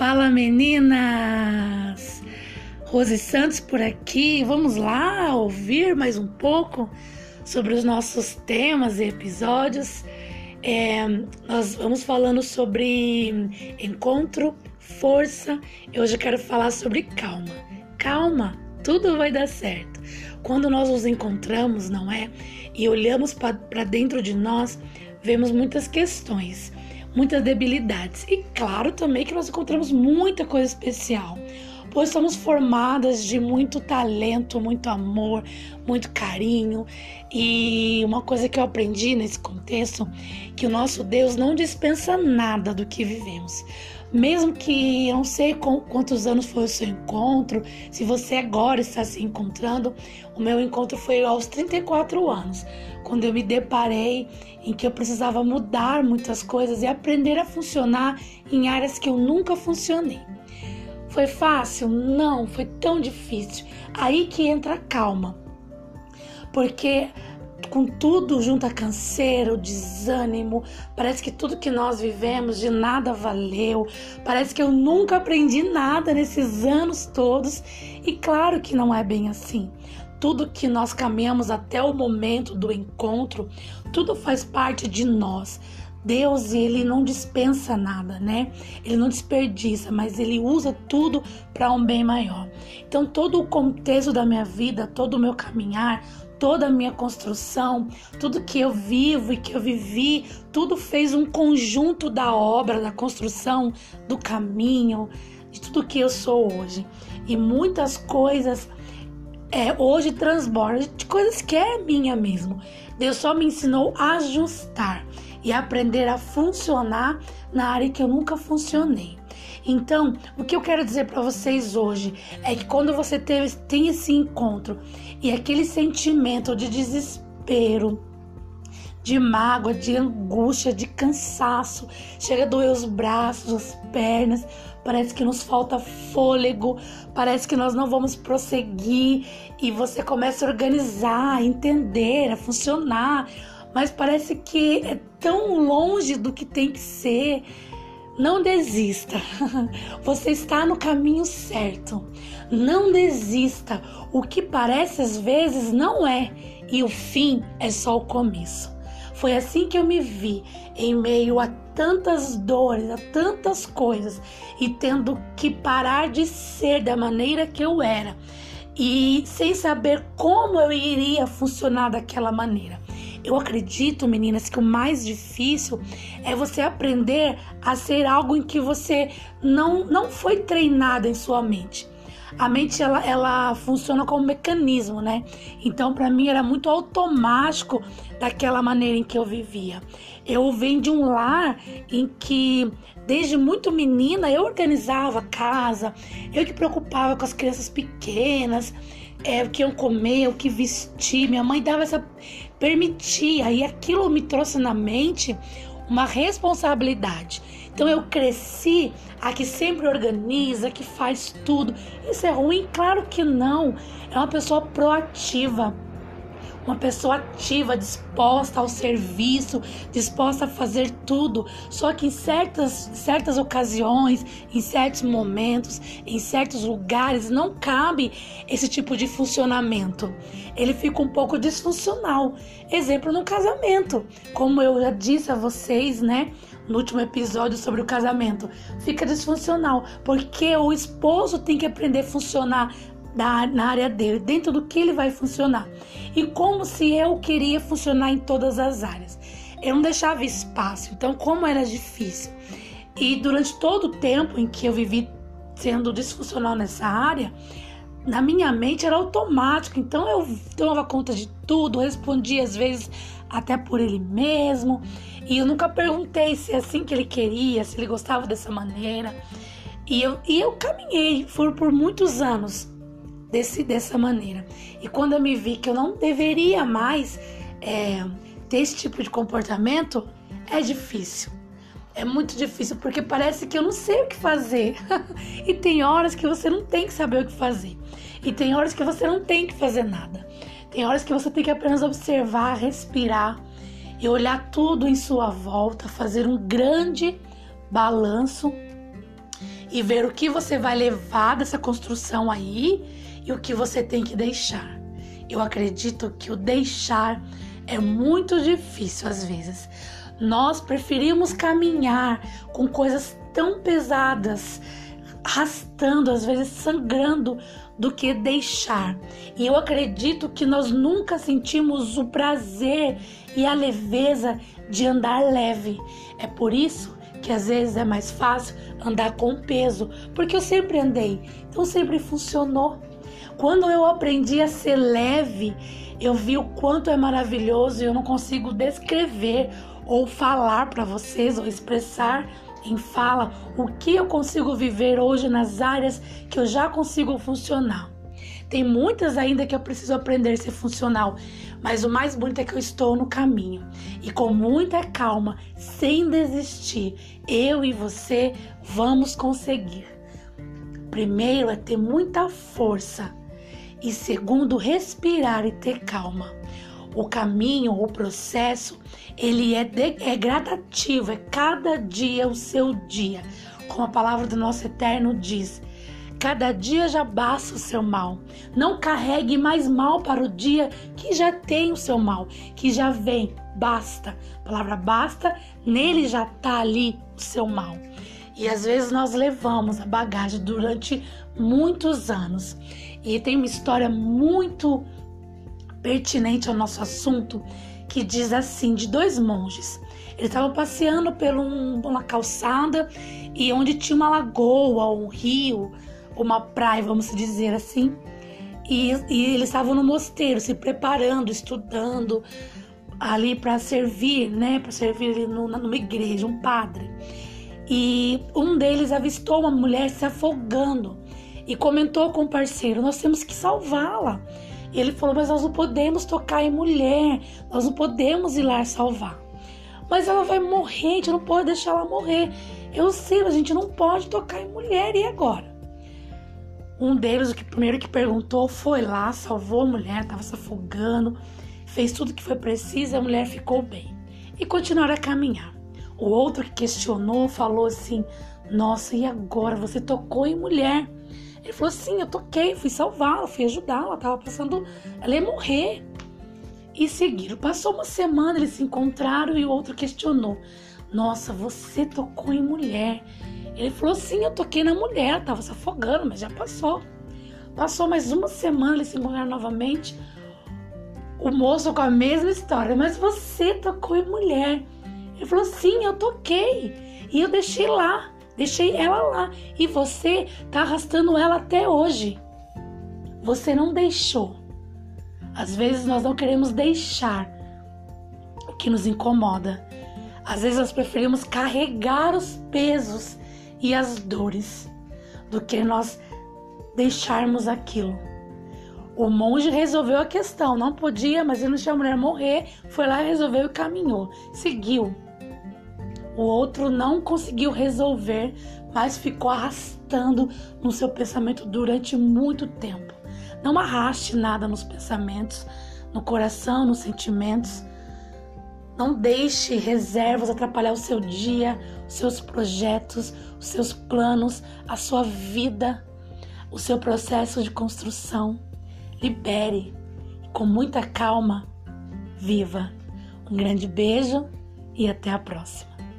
Fala meninas! Rose Santos por aqui. Vamos lá ouvir mais um pouco sobre os nossos temas e episódios. Nós vamos falando sobre encontro, força. Hoje eu quero falar sobre calma. Calma, tudo vai dar certo. Quando nós nos encontramos, não é? E olhamos para dentro de nós, vemos muitas questões, muitas debilidades. E claro também que nós encontramos muita coisa especial, pois somos formadas de muito talento, muito amor, muito carinho. E uma coisa que eu aprendi nesse contexto, que o nosso Deus não dispensa nada do que vivemos. Mesmo que eu não sei quantos anos foi o seu encontro, se você agora está se encontrando, o meu encontro foi aos 34 anos, quando eu me deparei em que eu precisava mudar muitas coisas e aprender a funcionar em áreas que eu nunca funcionei. Foi fácil? Não, foi tão difícil. Aí que entra a calma, porque com tudo junto a canseiro, desânimo, parece que tudo que nós vivemos de nada valeu, parece que eu nunca aprendi nada nesses anos todos, e claro que não é bem assim. Tudo que nós caminhamos até o momento do encontro, tudo faz parte de nós. Deus, ele não dispensa nada, né? Ele não desperdiça, mas ele usa tudo para um bem maior. Então, todo o contexto da minha vida, todo o meu caminhar, toda a minha construção, tudo que eu vivo e que eu vivi, tudo fez um conjunto da obra, da construção, do caminho, de tudo que eu sou hoje. E muitas coisas hoje transbordam de coisas que é minha mesmo. Deus só me ensinou a ajustar e aprender a funcionar na área que eu nunca funcionei. Então, o que eu quero dizer para vocês hoje é que quando você tem esse encontro e aquele sentimento de desespero, de mágoa, de angústia, de cansaço, chega a doer os braços, as pernas, parece que nos falta fôlego, parece que nós não vamos prosseguir, e você começa a organizar, a entender, a funcionar, mas parece que é tão longe do que tem que ser. Não desista, você está no caminho certo. Não desista, o que parece às vezes não é, e o fim é só o começo. Foi assim que eu me vi, em meio a tantas dores, a tantas coisas, e tendo que parar de ser da maneira que eu era, e sem saber como eu iria funcionar daquela maneira. Eu acredito, meninas, que o mais difícil é você aprender a ser algo em que você não foi treinada em sua mente. A mente, ela funciona como um mecanismo, né? Então, para mim, era muito automático daquela maneira em que eu vivia. Eu venho de um lar em que, desde muito menina, eu organizava a casa, eu que preocupava com as crianças pequenas, o que iam comer, o que vestir. Minha mãe permitia, e aquilo me trouxe na mente uma responsabilidade. Então eu cresci a que sempre organiza, que faz tudo. Isso é ruim? Claro que não. É uma pessoa proativa, uma pessoa ativa, disposta ao serviço, disposta a fazer tudo. Só que em certas ocasiões, em certos momentos, em certos lugares, não cabe esse tipo de funcionamento. Ele fica um pouco disfuncional. Exemplo, no casamento. Como eu já disse a vocês, né, no último episódio sobre o casamento, fica disfuncional, porque o esposo tem que aprender a funcionar na área dele, dentro do que ele vai funcionar. E como se eu queria funcionar em todas as áreas, eu não deixava espaço. Então, como era difícil. E durante todo o tempo em que eu vivi sendo disfuncional nessa área, na minha mente era automático. Então eu tomava conta de tudo, respondia às vezes até por ele mesmo, e eu nunca perguntei se é assim que ele queria, se ele gostava dessa maneira. E eu caminhei por muitos anos dessa maneira. E quando eu me vi que eu não deveria mais ter esse tipo de comportamento, é difícil. É muito difícil, porque parece que eu não sei o que fazer. E tem horas que você não tem que saber o que fazer. E tem horas que você não tem que fazer nada. Tem horas que você tem que apenas observar, respirar e olhar tudo em sua volta, fazer um grande balanço e ver o que você vai levar dessa construção aí e o que você tem que deixar. Eu acredito que o deixar é muito difícil às vezes. Nós preferimos caminhar com coisas tão pesadas, arrastando, às vezes sangrando, do que deixar. E eu acredito que nós nunca sentimos o prazer e a leveza de andar leve. É por isso que às vezes é mais fácil andar com peso, porque eu sempre andei, então sempre funcionou. Quando eu aprendi a ser leve, eu vi o quanto é maravilhoso e eu não consigo descrever ou falar para vocês ou expressar em fala o que eu consigo viver hoje nas áreas que eu já consigo funcionar. Tem muitas ainda que eu preciso aprender a ser funcional, mas o mais bonito é que eu estou no caminho. E com muita calma, sem desistir, eu e você vamos conseguir. Primeiro é ter muita força e segundo, respirar e ter calma. O caminho, o processo, ele é gradativo, é cada dia o seu dia. Como a palavra do nosso Eterno diz, cada dia já basta o seu mal. Não carregue mais mal para o dia que já tem o seu mal, que já vem, basta. A palavra basta, nele já está ali o seu mal. E às vezes nós levamos a bagagem durante muitos anos. E tem uma história muito pertinente ao nosso assunto, que diz assim, de dois monges. Eles estavam passeando por uma calçada e onde tinha uma lagoa, um rio, uma praia, vamos dizer assim. E eles estavam no mosteiro, se preparando, estudando ali para servir, né? Para servir numa igreja, um padre. E um deles avistou uma mulher se afogando e comentou com o parceiro, nós temos que salvá-la. E ele falou, mas nós não podemos tocar em mulher, nós não podemos ir lá salvar. Mas ela vai morrer, a gente não pode deixar ela morrer. Eu sei, mas a gente não pode tocar em mulher, e agora? Um deles, o primeiro que perguntou, foi lá, salvou a mulher, estava se afogando, fez tudo que foi preciso, a mulher ficou bem. E continuaram a caminhar. O outro que questionou, falou assim, nossa, e agora? Você tocou em mulher? Ele falou, sim, eu toquei, fui salvá-la, fui ajudá-la, estava passando, ela ia morrer. E seguiram. Passou uma semana, eles se encontraram e o outro questionou. Nossa, você tocou em mulher. Ele falou, sim, eu toquei na mulher, estava se afogando, mas já passou. Passou mais uma semana, eles se encontraram novamente. O moço com a mesma história, mas você tocou em mulher. Ele falou, sim, eu toquei. E eu deixei ela lá. E você tá arrastando ela até hoje. Você não deixou. Às vezes nós não queremos deixar o que nos incomoda. Às vezes nós preferimos carregar os pesos e as dores do que nós deixarmos aquilo. O monge resolveu a questão. Não podia, mas ele não tinha a mulher morrer. Foi lá, resolveu e caminhou. Seguiu. O outro não conseguiu resolver, mas ficou arrastando no seu pensamento durante muito tempo. Não arraste nada nos pensamentos, no coração, nos sentimentos. Não deixe reservas atrapalhar o seu dia, os seus projetos, os seus planos, a sua vida, o seu processo de construção. Libere. Com muita calma, viva. Um grande beijo e até a próxima.